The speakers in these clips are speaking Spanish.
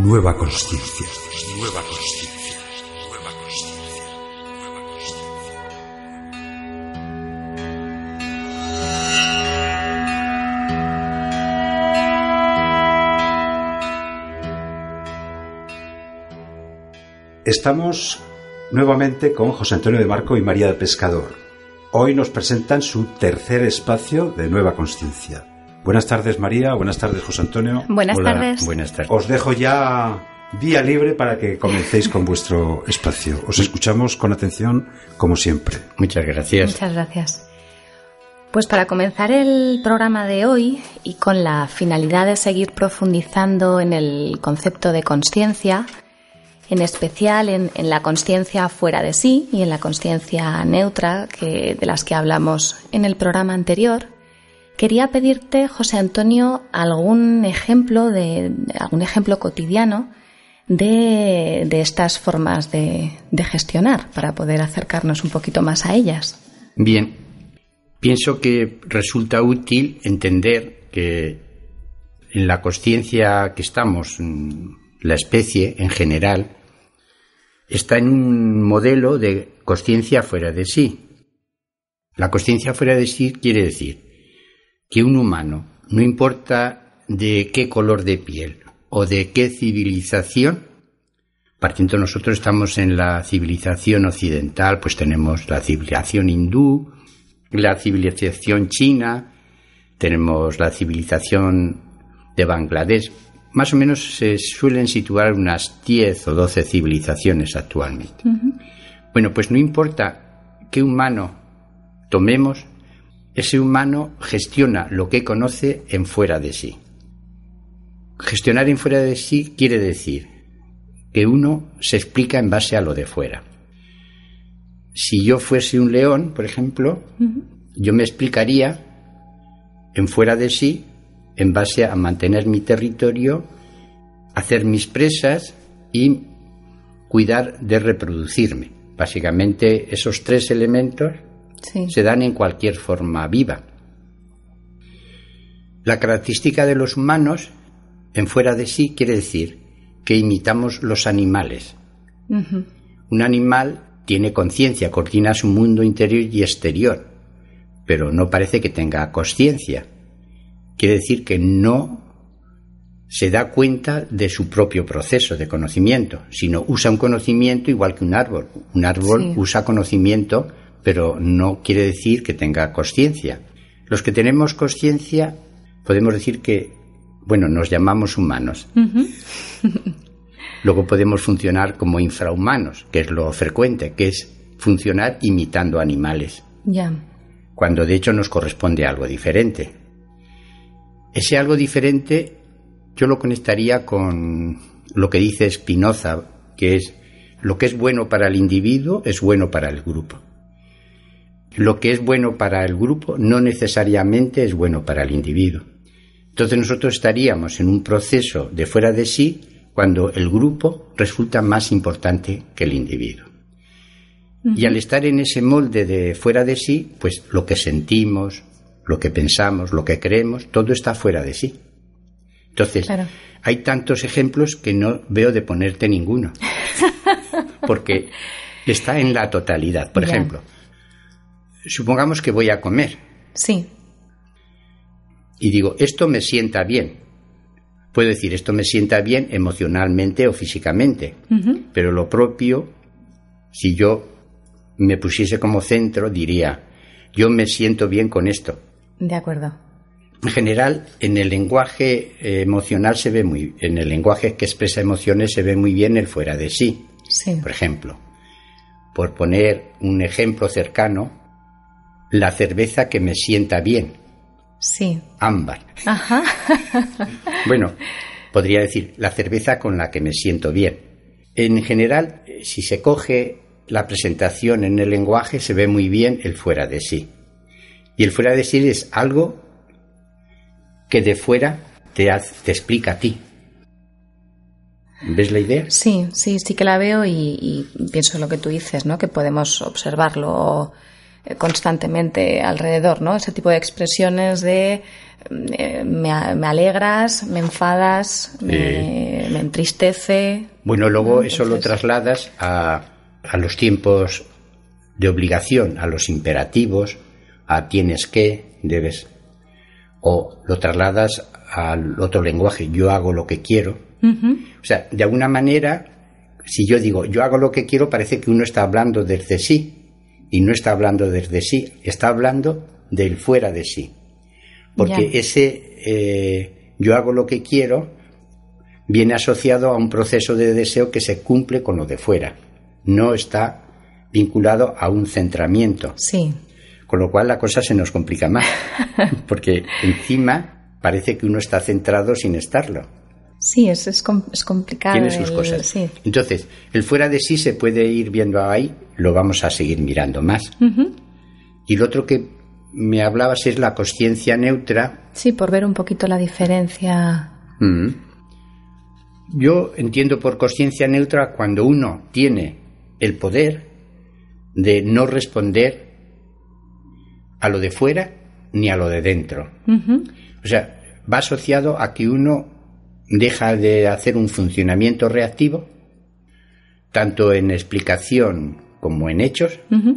Nueva Consciencia. Nueva Consciencia. Nueva Consciencia. Nueva Consciencia. Estamos nuevamente con José Antonio de Marco y María del Pescador. Hoy nos presentan su tercer espacio de Nueva Consciencia. Buenas tardes, María. Buenas tardes, José Antonio. Buenas Hola. tardes. Buenas tardes. Os dejo ya vía libre para que comencéis con vuestro espacio. Os escuchamos con atención, como siempre. Muchas gracias. Muchas gracias. Pues para comenzar el programa de hoy y con la finalidad de seguir profundizando en el concepto de consciencia, en especial en la consciencia fuera de sí y en la consciencia neutra de las que hablamos en el programa anterior, quería pedirte, José Antonio, algún ejemplo cotidiano de estas formas de gestionar para poder acercarnos un poquito más a ellas. Bien, pienso que resulta útil entender que en la consciencia que estamos, la especie en general, está en un modelo de consciencia fuera de sí. La consciencia fuera de sí quiere decir que un humano, no importa de qué color de piel o de qué civilización, partiendo nosotros estamos en la civilización occidental, pues tenemos la civilización hindú, la civilización china, tenemos la civilización de Bangladesh. Más o menos se suelen situar unas 10 o 12 civilizaciones actualmente. Uh-huh. Bueno, pues no importa qué humano tomemos, ese humano gestiona lo que conoce en fuera de sí. Gestionar en fuera de sí quiere decir que uno se explica en base a lo de fuera. Si yo fuese un león, por ejemplo, uh-huh, yo me explicaría en fuera de sí en base a mantener mi territorio, hacer mis presas y cuidar de reproducirme. Básicamente esos tres elementos se dan en cualquier forma viva. La característica de los humanos en fuera de sí quiere decir que imitamos los animales. Uh-huh. Un animal tiene conciencia, coordina su mundo interior y exterior, pero no parece que tenga consciencia. Quiere decir que no se da cuenta de su propio proceso de conocimiento, sino usa un conocimiento igual que un árbol. Un árbol usa conocimiento, pero no quiere decir que tenga consciencia. Los que tenemos consciencia podemos decir que, nos llamamos humanos. Uh-huh. Luego podemos funcionar como infrahumanos, que es lo frecuente, que es funcionar imitando animales. Ya. Cuando de hecho nos corresponde algo diferente. Ese algo diferente yo lo conectaría con lo que dice Spinoza, que es lo que es bueno para el individuo es bueno para el grupo. Lo que es bueno para el grupo no necesariamente es bueno para el individuo. Entonces nosotros estaríamos en un proceso de fuera de sí cuando el grupo resulta más importante que el individuo. Uh-huh. Y al estar en ese molde de fuera de sí, pues lo que sentimos, lo que pensamos, lo que creemos, todo está fuera de sí. Entonces, hay tantos ejemplos que no veo de ponerte ninguno. Porque está en la totalidad. Por ejemplo, supongamos que voy a comer. Sí. Y digo, esto me sienta bien. Puedo decir, esto me sienta bien emocionalmente o físicamente. Uh-huh. Pero lo propio, si yo me pusiese como centro, diría, yo me siento bien con esto. De acuerdo. En general, en el lenguaje emocional en el lenguaje que expresa emociones se ve muy bien el fuera de sí. Sí. Por ejemplo, por poner un ejemplo cercano, la cerveza que me sienta bien. Sí. Ámbar. Ajá. Podría decir la cerveza con la que me siento bien. En general, si se coge la presentación en el lenguaje, se ve muy bien el fuera de sí. Y el fuera de sí es algo que de fuera te explica a ti. ¿Ves la idea? Sí que la veo y pienso en lo que tú dices, ¿no? Que podemos observarlo constantemente alrededor, ¿no? Ese tipo de expresiones de me alegras, me enfadas, me entristece. Bueno, luego eso lo trasladas a los tiempos de obligación, a los imperativos, a tienes que, debes, o lo trasladas al otro lenguaje, yo hago lo que quiero. O sea, de alguna manera, si yo digo yo hago lo que quiero, parece que uno está hablando desde sí, y no está hablando desde sí, está hablando del fuera de sí. Porque ese yo hago lo que quiero viene asociado a un proceso de deseo que se cumple con lo de fuera. No está vinculado a un centramiento. Sí. Con lo cual la cosa se nos complica más. Porque encima parece que uno está centrado sin estarlo. Sí, es complicado. Tiene sus cosas. Sí. Entonces, el fuera de sí se puede ir viendo ahí, lo vamos a seguir mirando más. Y lo otro que me hablabas es la consciencia neutra. Sí, por ver un poquito la diferencia. Yo entiendo por consciencia neutra cuando uno tiene el poder de no responder a lo de fuera ni a lo de dentro. O sea, va asociado a que uno deja de hacer un funcionamiento reactivo, tanto en explicación como en hechos,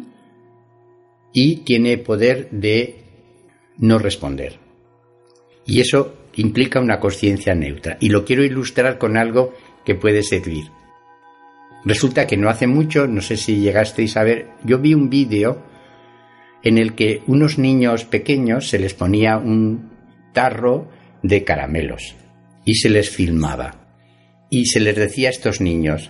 y tiene poder de no responder. Y eso implica una consciencia neutra. Y lo quiero ilustrar con algo que puede servir. Resulta que no hace mucho, no sé si llegasteis a ver, yo vi un vídeo en el que unos niños pequeños se les ponía un tarro de caramelos y se les filmaba. Y se les decía a estos niños,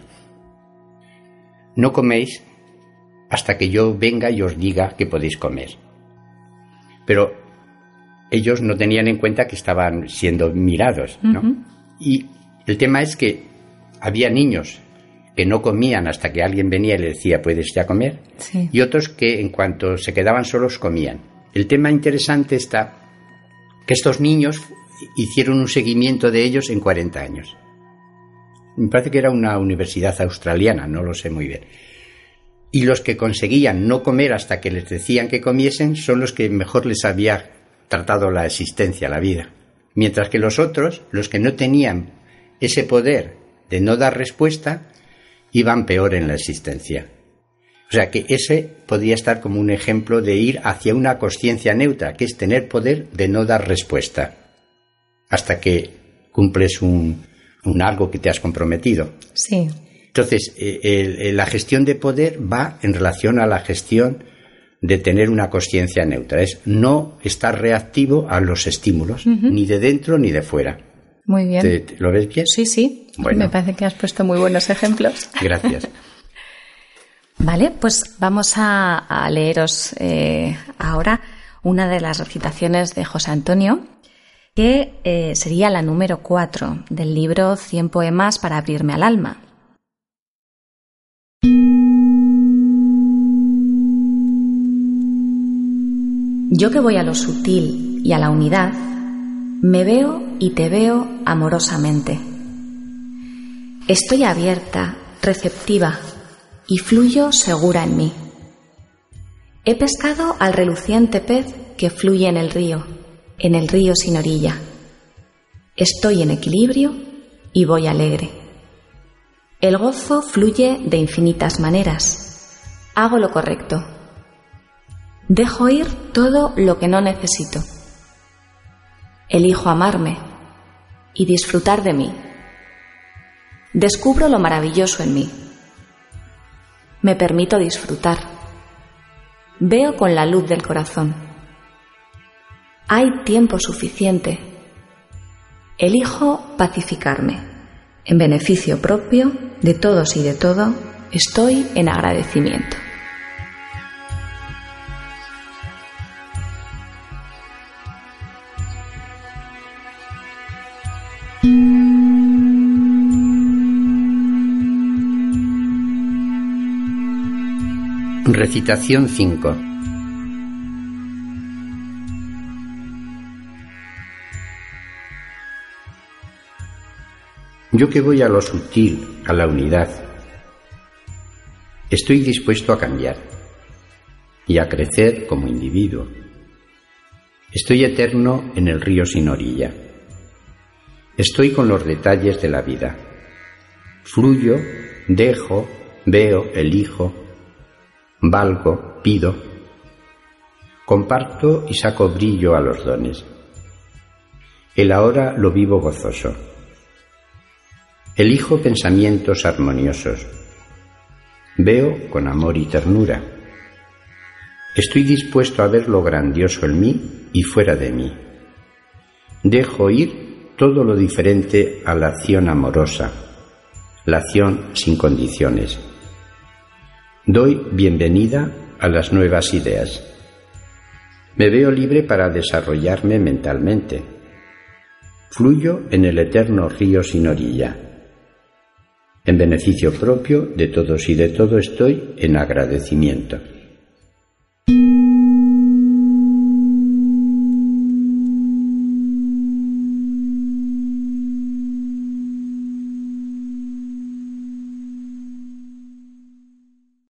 no coméis hasta que yo venga y os diga que podéis comer. Pero ellos no tenían en cuenta que estaban siendo mirados, ¿no? Y el tema es que había niños que no comían hasta que alguien venía y le decía, ¿puedes ya comer? Sí. Y otros que en cuanto se quedaban solos comían. El tema interesante está que estos niños hicieron un seguimiento de ellos en 40 años. Me parece que era una universidad australiana, no lo sé muy bien. Y los que conseguían no comer hasta que les decían que comiesen son los que mejor les había tratado la existencia, la vida. Mientras que los otros, los que no tenían ese poder de no dar respuesta, iban peor en la existencia. O sea que ese podría estar como un ejemplo de ir hacia una consciencia neutra, que es tener poder de no dar respuesta hasta que cumples un algo que te has comprometido. Sí. Entonces, la gestión de poder va en relación a la gestión de tener una consciencia neutra. Es no estar reactivo a los estímulos, ni de dentro ni de fuera. Muy bien. ¿Lo ves bien? Sí, sí. Bueno. Me parece que has puesto muy buenos ejemplos. Gracias. Vale, pues vamos a leeros ahora una de las recitaciones de José Antonio, que sería la número 4 del libro 100 poemas para abrirme al alma. Yo que voy a lo sutil y a la unidad, me veo y te veo amorosamente. Estoy abierta, receptiva, y fluyo segura en mí. He pescado al reluciente pez que fluye en el río sin orilla. Estoy en equilibrio y voy alegre. El gozo fluye de infinitas maneras. Hago lo correcto. Dejo ir todo lo que no necesito. Elijo amarme y disfrutar de mí. Descubro lo maravilloso en mí. Me permito disfrutar. Veo con la luz del corazón. Hay tiempo suficiente. Elijo pacificarme. En beneficio propio de todos y de todo, estoy en agradecimiento. Recitación 5. Yo que voy a lo sutil, a la unidad, estoy dispuesto a cambiar y a crecer como individuo. Estoy eterno en el río sin orilla. Estoy con los detalles de la vida. Fluyo, dejo, veo, elijo, valgo, pido. Comparto y saco brillo a los dones. El ahora lo vivo gozoso. Elijo pensamientos armoniosos. Veo con amor y ternura. Estoy dispuesto a ver lo grandioso en mí y fuera de mí. Dejo ir todo lo diferente a la acción amorosa, la acción sin condiciones. Doy bienvenida a las nuevas ideas. Me veo libre para desarrollarme mentalmente. Fluyo en el eterno río sin orilla. En beneficio propio de todos y de todo estoy en agradecimiento.